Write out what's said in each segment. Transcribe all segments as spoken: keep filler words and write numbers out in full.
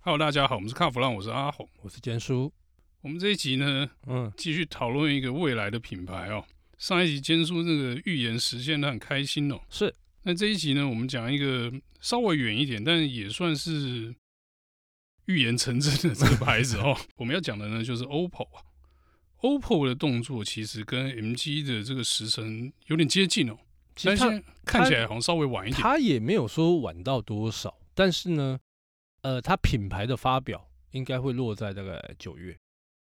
Hello， 大家好，我们是卡弗朗，我是阿红， 我是坚叔。 我们这一集呢，嗯，继续讨论一个未来的品牌哦。上一集坚叔这个预言实现，他很开心哦。 是， 那这一集呢，我们讲一个稍微远一点，但也算是预言成真的这个牌子哦。我们要讲的呢，就是 O P P O 啊。O P P O 的动作其实跟 M G 的这个时程有点接近哦，但是看起来好像稍微晚一点。 他也没有说晚到多少，但是呢，呃，他品牌的发表应该会落在大概九月。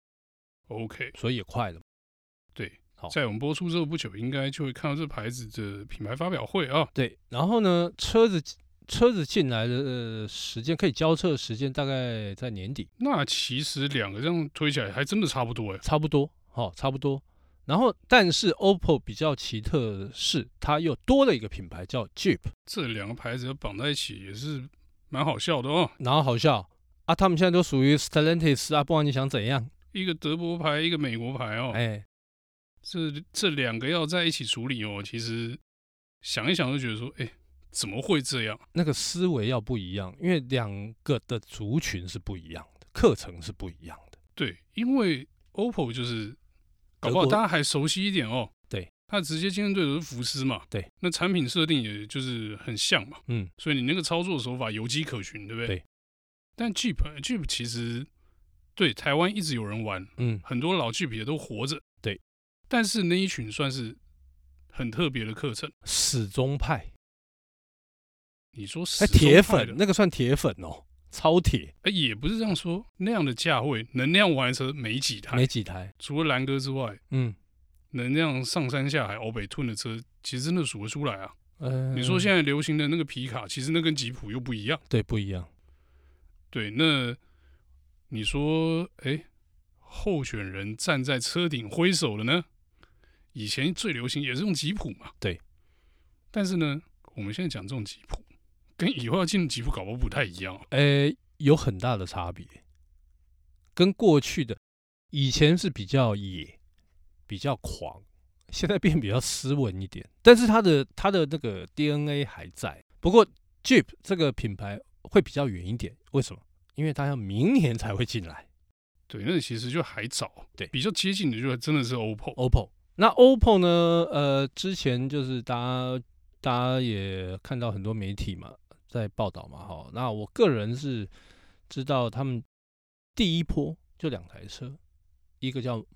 OK， 所以也快了。 对，在我们播出之后不久，应该就会看到这牌子的品牌发表会啊。 对，然后呢，车子车子进来的、呃、时间可以交车的时间大概在年底。 那其实两个这样推起来还真的差不多哎， 差不多，哦，差不多。然后，但是 O P P O 比较奇特的是，它又多了一个品牌叫 Jeep。 这两个牌子绑在一起也是蛮好笑的哦。 然后好笑啊，他们现在都属于 Stellantis 啊，不管你想怎样。 一个德国牌，一个美国牌哦。 哎， 这这两个要在一起处理哦，其实想一想就觉得说，哎，怎么会这样？ 那个思维要不一样，因为两个的族群是不一样的，课程是不一样的。 对，因为 O P P O 就是搞不好大家还熟悉一点哦。 对， 它直接竞争对手是福斯嘛。 对， 那产品设定也就是很像嘛。 嗯， 所以你那个操作手法有迹可循，对不对？ 对。 但 Jeep Jeep 其实对台湾一直有人玩，嗯，很多老 Jeep 也都活着。 对， 但是那一群算是很特别的课程， 死忠派。 你说死忠派的铁粉，那个算铁粉哦，超铁。 哎，也不是这样说，那样的价位能那样玩的车没几台， 没几台， 除了蓝哥之外， 嗯， 能那样上山下海、欧北吞的车，其实真的数得出来啊。 呃， 你说现在流行的那个皮卡，其实那跟吉普又不一样。 对，不一样。 对，那你说，哎，候选人站在车顶挥手的呢？以前最流行也是用吉普嘛。 对。 但是呢，我们现在讲这种吉普，跟以后要进的吉普搞不好不太一样。 呃，有很大的差别，跟过去的以前是比较野、比较狂，现在变比较斯文一点。但是它的它的那个 D N A 还在。不过 Jeep 这个品牌会比较远一点，为什么？因为它要明年才会进来。 对，那其实就还早。 对， 比较接近的就真的是 O P P O。 O P P O， 那 O P P O 呢？呃，之前就是大家大家也看到很多媒体嘛在报道嘛，哈。那我个人是知道他们第一波就两台车，一个叫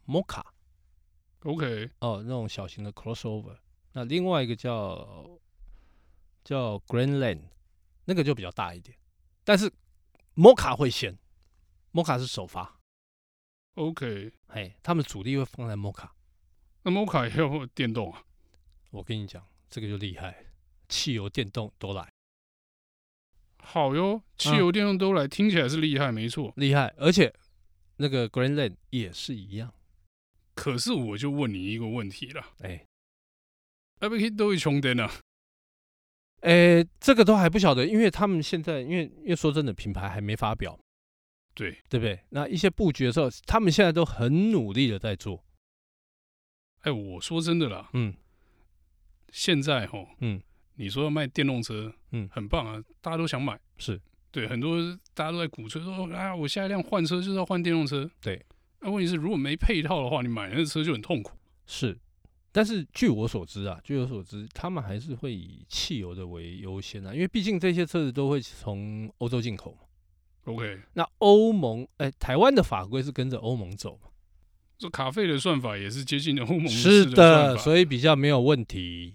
Mocha，OK， 哦，那种小型的 crossover， 那另外一个叫叫 Grandland， 那个就比较大一点，但是 Mocha 会先 ，Mocha 是首发。 OK， 哎，他们主力会放在 Mocha， 那 Mocha 也有电动啊？ 我跟你讲，这个就厉害，汽油、电动都来。 好哟，汽油、电动都来，啊、听起来是厉害，没错， 厉害。而且那个 Grandland 也是一样。 可是我就问你一个问题了， 哎， 要不都会充电啊？ 哎，这个都还不晓得，因为他们现在，因为因为说真的，品牌还没发表。 对， 对不对？那一些布局的时候，他们现在都很努力的在做。 哎，我说真的啦，嗯，现在吼，嗯，你说要卖电动车，嗯，很棒啊，大家都想买， 是对，很多大家都在鼓吹说，啊，我下一辆换车就是要换电动车。 对， 那问题是，如果没配套的话，你买那个车就很痛苦。 是，但是据我所知啊，据我所知，他们还是会以汽油的为优先啊，因为毕竟这些车子都会从欧洲进口嘛。 OK， 那欧盟，哎，台湾的法规是跟着欧盟走嘛？ 这卡费的算法也是接近的欧盟是的， 所以比较没有问题。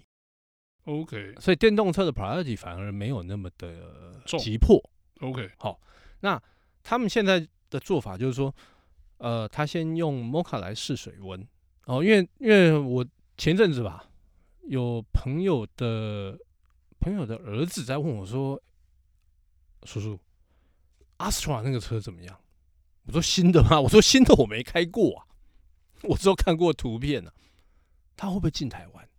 OK， 所以电动车的 priority 反而没有那么的急迫。 OK， 好，那他们现在的做法就是说，呃，他先用 Mocha 来试水温哦，因为因为我前阵子吧，有朋友的朋友的儿子在问我说，叔叔。Astra 那个车怎么样？我说新的吗？我说新的我没开过啊，我只有看过图片啊。他会不会进台湾？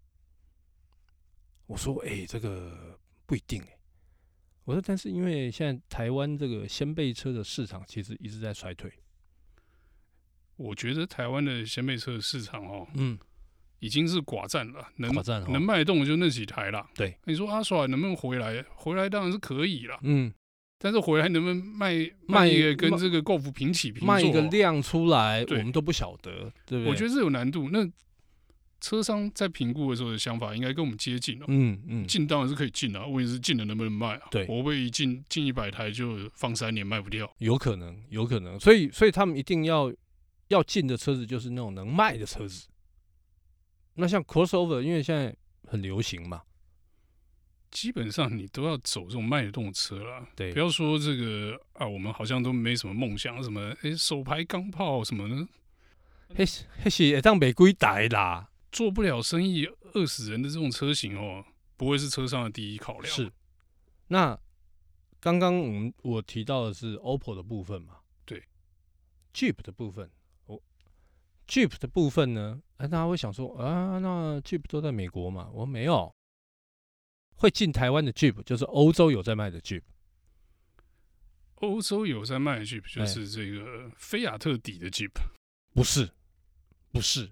我说，哎、欸，这个不一定哎、欸。我说，但是因为现在台湾这个掀背车的市场其实一直在衰退。 我觉得台湾的掀背车的市场哦，嗯，已经是寡占了，能寡占、哦、 能卖动的就那几台啦。 对， 你说阿耍能不能回来？回来当然是可以啦。 嗯。 但是回来能不能卖卖一个跟这个 Golf 平起平坐， 卖一个量出来，我对们都不晓得，对不对？ 我觉得是有难度。那车商在评估的时候的想法应该跟我们接近哦。 嗯嗯， 进当然是可以进啊，问题是进了能不能卖啊？ 对， 我会不会一进进一百台就放三年卖不掉？ 有可能，有可能。所以，所以他们一定要要进的车子就是那种能卖的车子。那像 crossover， 因为现在很流行嘛， 基本上你都要走这种卖得动的车啦。 对， 不要说这个啊，我们好像都没什么梦想，什么哎手排钢炮什么的， 那那是会当卖几台啦。 做不了生意饿死人的这种车型哦，不会是车商的第一考量。 是。那刚刚我们我提到的是 O P P O 的部分嘛？ 对 ，Jeep 的部分，哦 ，Jeep 的部分呢？哎，大家会想说啊，那 Jeep 都在美国嘛？我没有，会进台湾的 Jeep 就是欧洲有在卖的 Jeep。 欧洲有在卖的 Jeep 哎就是这个菲亚特底的 Jeep， 不是，不是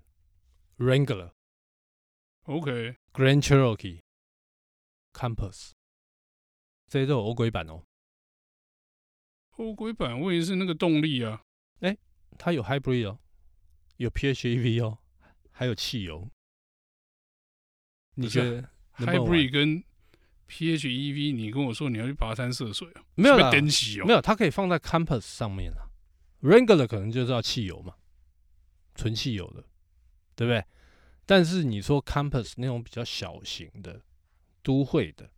Wrangler。OK， Grand Cherokee、Compass， 这些都有欧规版哦。 欧规版问题是那个动力啊， 哎，它有 Hybrid 哦，有 P H E V 哦，还有汽油。你觉得 Hybrid 跟 P H E V， 你跟我说你要去跋山涉水啊？ 没有啦， 是是哦、 没有，它可以放在 Compass 上面啊。Wrangler 可能就是要汽油嘛，纯汽油的，对不对？但是你说 Compass 那种比较小型的、都会的，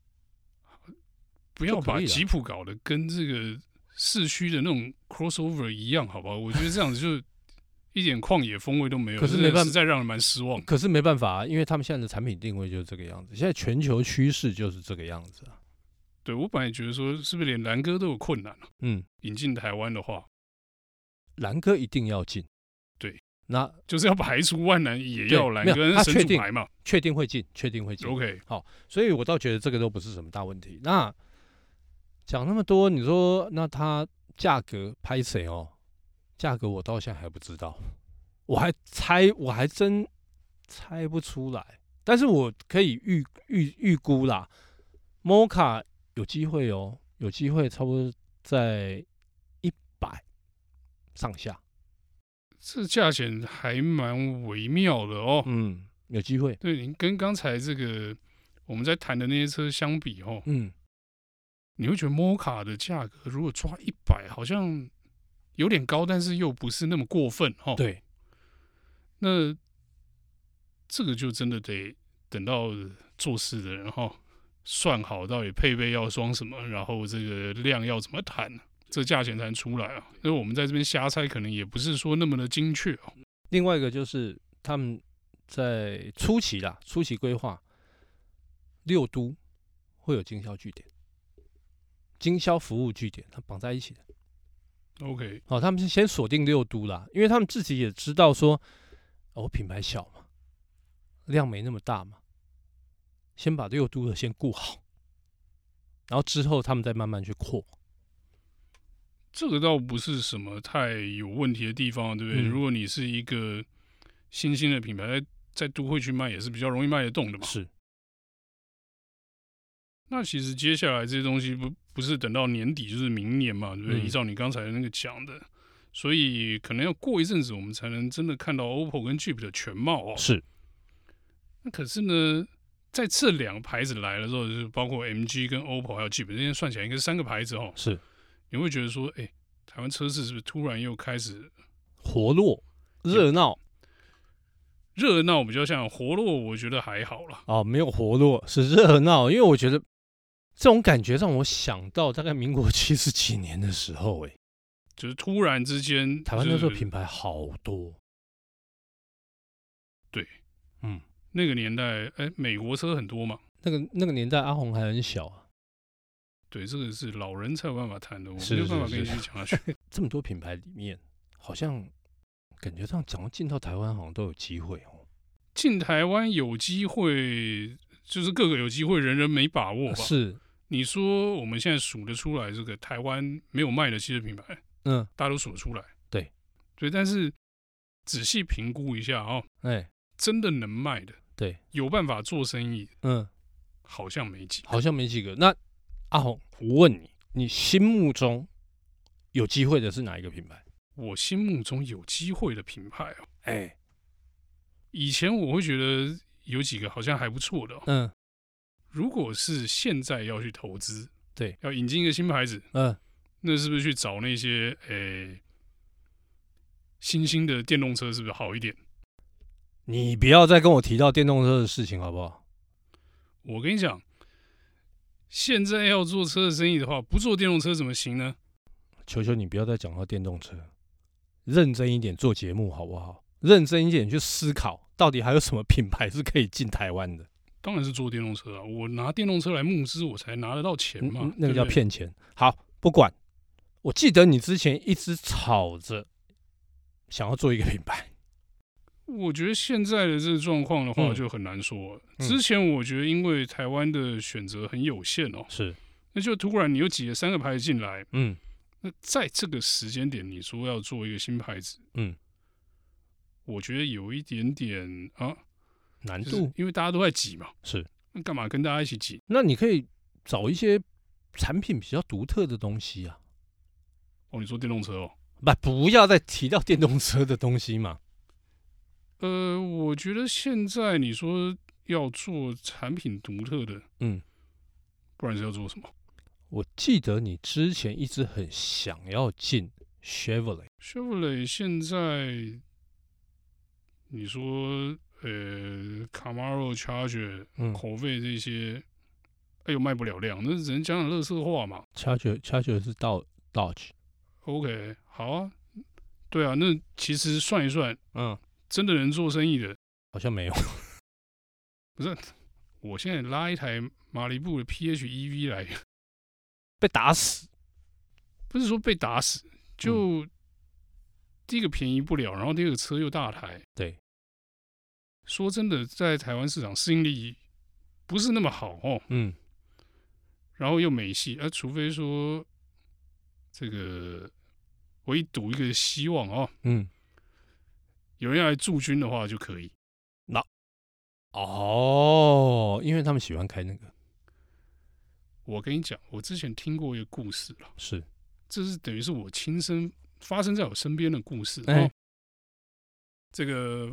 不要把吉普搞得跟这个市区的那种 crossover 一样，好不好？我觉得这样子就一点旷野风味都没有， 可是没办法， 实在让人蛮失望。 可是没办法啊，因为他们现在的产品定位就是这个样子，现在全球趋势就是这个样子啊。 对，我本来觉得说，是不是连蓝哥都有困难了、啊？ 嗯， 引进台湾的话， 蓝哥一定要进。 对， 那就是要排除万难，也要蓝哥， 他确定牌嘛， 确定会进，确定会进。 OK， 好，所以我倒觉得这个都不是什么大问题。那讲那么多，你说那它价格拍谁哦？价格我到现在还不知道，我还猜，我还真猜不出来。但是我可以预预预估啦 ，Mocha 有机会哦，有机会差不多在一百上下。 这价钱还蛮微妙的哦。 嗯，有机会。 对，你跟刚才这个我们在谈的那些车相比哦， 嗯， 你会觉得 Mocha 的价格如果抓一百，好像有点高，但是又不是那么过分哦。 对， 那这个就真的得等到做事的人哈算好到底配备要装什么，然后这个量要怎么谈，这价钱才能出来啊。因为我们在这边瞎猜，可能也不是说那么的精确哦。 另外一个就是他们在初期啦，初期规划六都会有经销据点、经销服务据点，它绑在一起的。 OK， 好、哦，他们是先锁定六都啦，因为他们自己也知道说，哦，品牌小嘛，量没那么大嘛，先把六都的先顾好，然后之后他们再慢慢去扩。 这个倒不是什么太有问题的地方，对不对？嗯、如果你是一个新兴的品牌，在在都会去卖也是比较容易卖得动的嘛。 是。 那其实接下来这些东西不不是等到年底就是明年嘛，对不对？嗯、依照你刚才那个讲的，所以可能要过一阵子，我们才能真的看到 O P P O 跟 Jeep 的全貌哦。 是。 那可是呢，在这两个牌子来了之后，就是包括 M G 跟 O P P O 还有 Jeep， 这些算起来应该是三个牌子哦。 是。 你会觉得说，哎、欸，台湾车市是不是突然又开始活络、热闹？ 热闹比较像活络，我觉得还好啦。 哦，没有活络，是热闹。因为我觉得这种感觉让我想到大概民国七十几年的时候、欸，哎， 就是突然之间、就是， 台湾那时候品牌好多。 对， 嗯， 那个年代，哎、欸，美国车很多嘛。 那个那个年代，阿红还很小啊。 对，这个是老人才有办法谈的，我没有办法跟你继续讲下去。 这么多品牌里面，好像感觉上讲进到台湾好像都有机会哦。 进台湾有机会，就是各个有机会，人人没把握吧？ 是。 你说我们现在数得出来，这个台湾没有卖的汽车品牌， 嗯， 大家都数得出来。 对， 对，但是仔细评估一下哦， 哎、欸， 真的能卖的， 对， 有办法做生意， 嗯， 好像没几个， 好像没几个。那阿红，我问你， 你心目中有机会的是哪一个品牌？ 我心目中有机会的品牌哦， 哎、欸， 以前我会觉得有几个好像还不错的、哦， 嗯， 如果是现在要去投资， 对， 要引进一个新牌子， 嗯， 那是不是去找那些诶、新兴的电动车是不是好一点？ 你不要再跟我提到电动车的事情好不好？ 我跟你讲，现在要做车的生意的话，不做电动车怎么行呢？ 求求你不要再讲到电动车，认真一点做节目好不好？认真一点去思考，到底还有什么品牌是可以进台湾的？ 当然是做电动车啊！我拿电动车来募资，我才拿得到钱嘛。 嗯、那个叫对不对骗钱。好，不管。我记得你之前一直吵着想要做一个品牌。 我觉得现在的这个状况的话， 嗯就很难说了。 嗯之前我觉得，因为台湾的选择很有限哦， 是， 那就突然你又挤了三个牌子进来， 嗯那在这个时间点，你说要做一个新牌子， 嗯， 我觉得有一点点啊，就是难度因为大家都在挤嘛， 是。 那干嘛跟大家一起挤？ 那你可以找一些产品比较独特的东西啊。 哦，你说电动车哦？ 不，不要再提到电动车的东西嘛。 呃，我觉得现在你说要做产品独特的， 嗯， 不然是要做什么我记得你之前一直很想要进 Chevrolet。 ？Chevrolet 现在你说呃 Camaro Charger、 嗯口碑这些，哎呦卖不了量，那只能讲讲乐色话嘛。 Charger Charger 是到 Dodge。 OK， 好啊，对啊，那其实算一算， 嗯， 真的能做生意的， 好像没有。 不是？我现在拉一台马里布的 P H E V 来， 被打死。 不是说被打死，就、嗯、第一个便宜不了，然后第二个车又大台。 对， 说真的，在台湾市场适应力不是那么好哦。 嗯， 然后又美系，啊，除非说这个我一赌一个希望哦， 嗯， 有人要来驻军的话就可以。 那哦，因为他们喜欢开那个。 我跟你讲，我之前听过一个故事了， 是， 这是等于是我亲身发生在我身边的故事。 哎、 哦，这个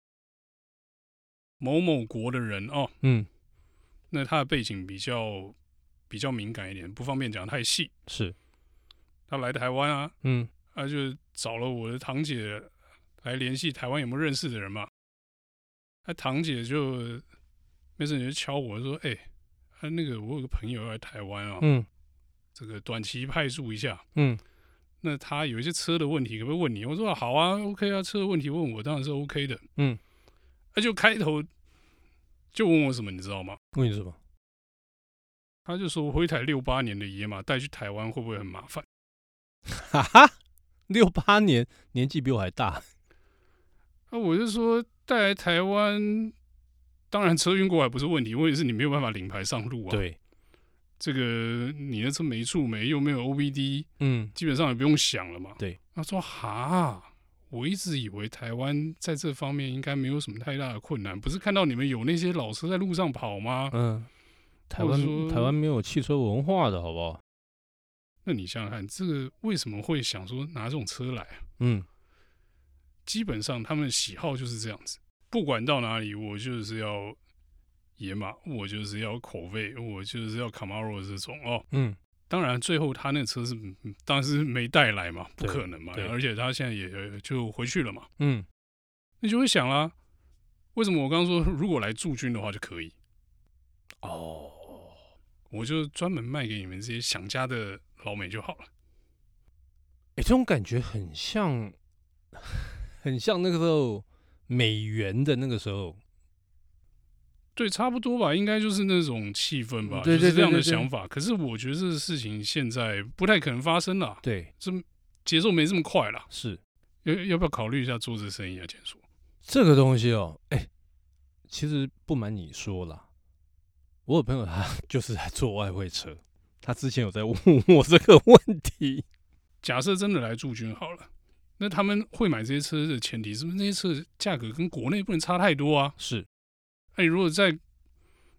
某某国的人哦， 嗯， 那他的背景比较比较敏感一点，不方便讲太细。 是， 他来台湾啊， 嗯， 他就找了我的堂姐来联系台湾有没有认识的人嘛。他堂姐就没事你就敲我说，哎、欸，啊那个我有个朋友要来台湾啊， 嗯，这个短期派驻一下， 嗯， 那他有一些车的问题，可不可以问你？我说好啊 ，OK 啊，车的问题问我当然是 OK 的， 嗯， 他就开头就问我什么，你知道吗？ 问你什么？ 他就说我一台六八年的野马带去台湾会不会很麻烦？ 哈哈，六八年年纪比我还大。 那我就说带来台湾，当然车运过来不是问题，问题是你没有办法领牌上路啊。 对， 这个你的车没触媒又没有 O B D， 嗯， 基本上也不用想了嘛。 对， 他说哈，我一直以为台湾在这方面应该没有什么太大的困难，不是看到你们有那些老车在路上跑吗？ 嗯，台湾台湾没有汽车文化的好不好？ 那你想想看，这个为什么会想说拿这种车来啊？ 嗯， 基本上他们的喜好就是这样子，不管到哪里，我就是要野马，我就是要口味，我就是要 Camaro 这种哦。 嗯， 当然最后他那个车是当然是没带来嘛，不可能嘛，而且他现在也就回去了嘛。 嗯， 你就会想啦，为什么我刚刚说如果来驻军的话就可以？ 哦， 我就专门卖给你们这些想家的老美就好了。 哎、欸，这种感觉很像，很像那个时候美元的那个时候。 对，差不多吧，应该就是那种气氛吧， 对对对对对， 就是这样的想法。可是我觉得这个事情现在不太可能发生啦， 对， 这节奏没这么快啦。 是， 要要不要考虑一下做这生意啊？简说这个东西哦，哎、欸，其实不瞒你说啦，我有朋友他就是在做外汇车，他之前有在问我这个问题。 假设真的来驻军好了，那他们会买这些车的前提是不是那些车价格跟国内不能差太多啊？ 是。 那你如果在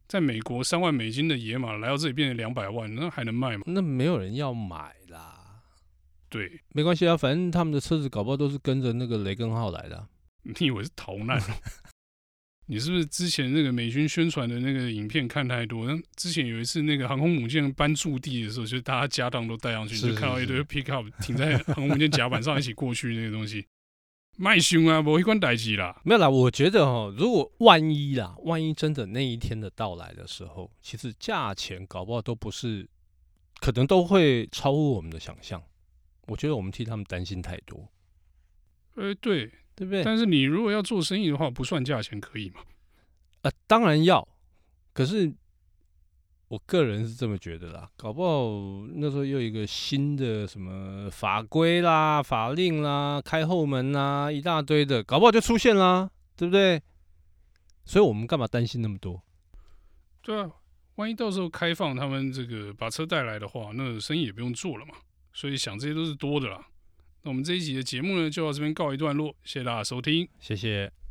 在美国三万美金的野马来到这里变成两百万，那还能卖吗？ 那没有人要买啦。 对， 没关系啊，反正他们的车子搞不好都是跟着那个雷根号来的、啊。 你以为是逃难、哦？你是不是之前那个美军宣传的那个影片看太多？那之前有一次那个航空母舰搬驻地的时候，就是大家家当都带上去， 是就看到一堆 pickup 停在航空母舰甲板上一起过去那个东西。卖凶啊，没一关代志啦。 没有啦，我觉得哈，如果万一啦，万一真的那一天的到来的时候，其实价钱搞不好都不是，可能都会超乎我们的想象。我觉得我们替他们担心太多。 呃，对， 对不对？ 但是你如果要做生意的话，不算价钱可以吗？ 呃，当然要，可是我个人是这么觉得啦。搞不好那时候又有一个新的什么法规啦、法令啦、开后门啦，一大堆的，搞不好就出现啦，对不对？所以我们干嘛担心那么多？ 对啊，万一到时候开放他们这个把车带来的话，那生意也不用做了嘛。所以想这些都是多的啦。那我们这一集的节目呢，就到这边告一段落，谢谢大家收听， 谢谢。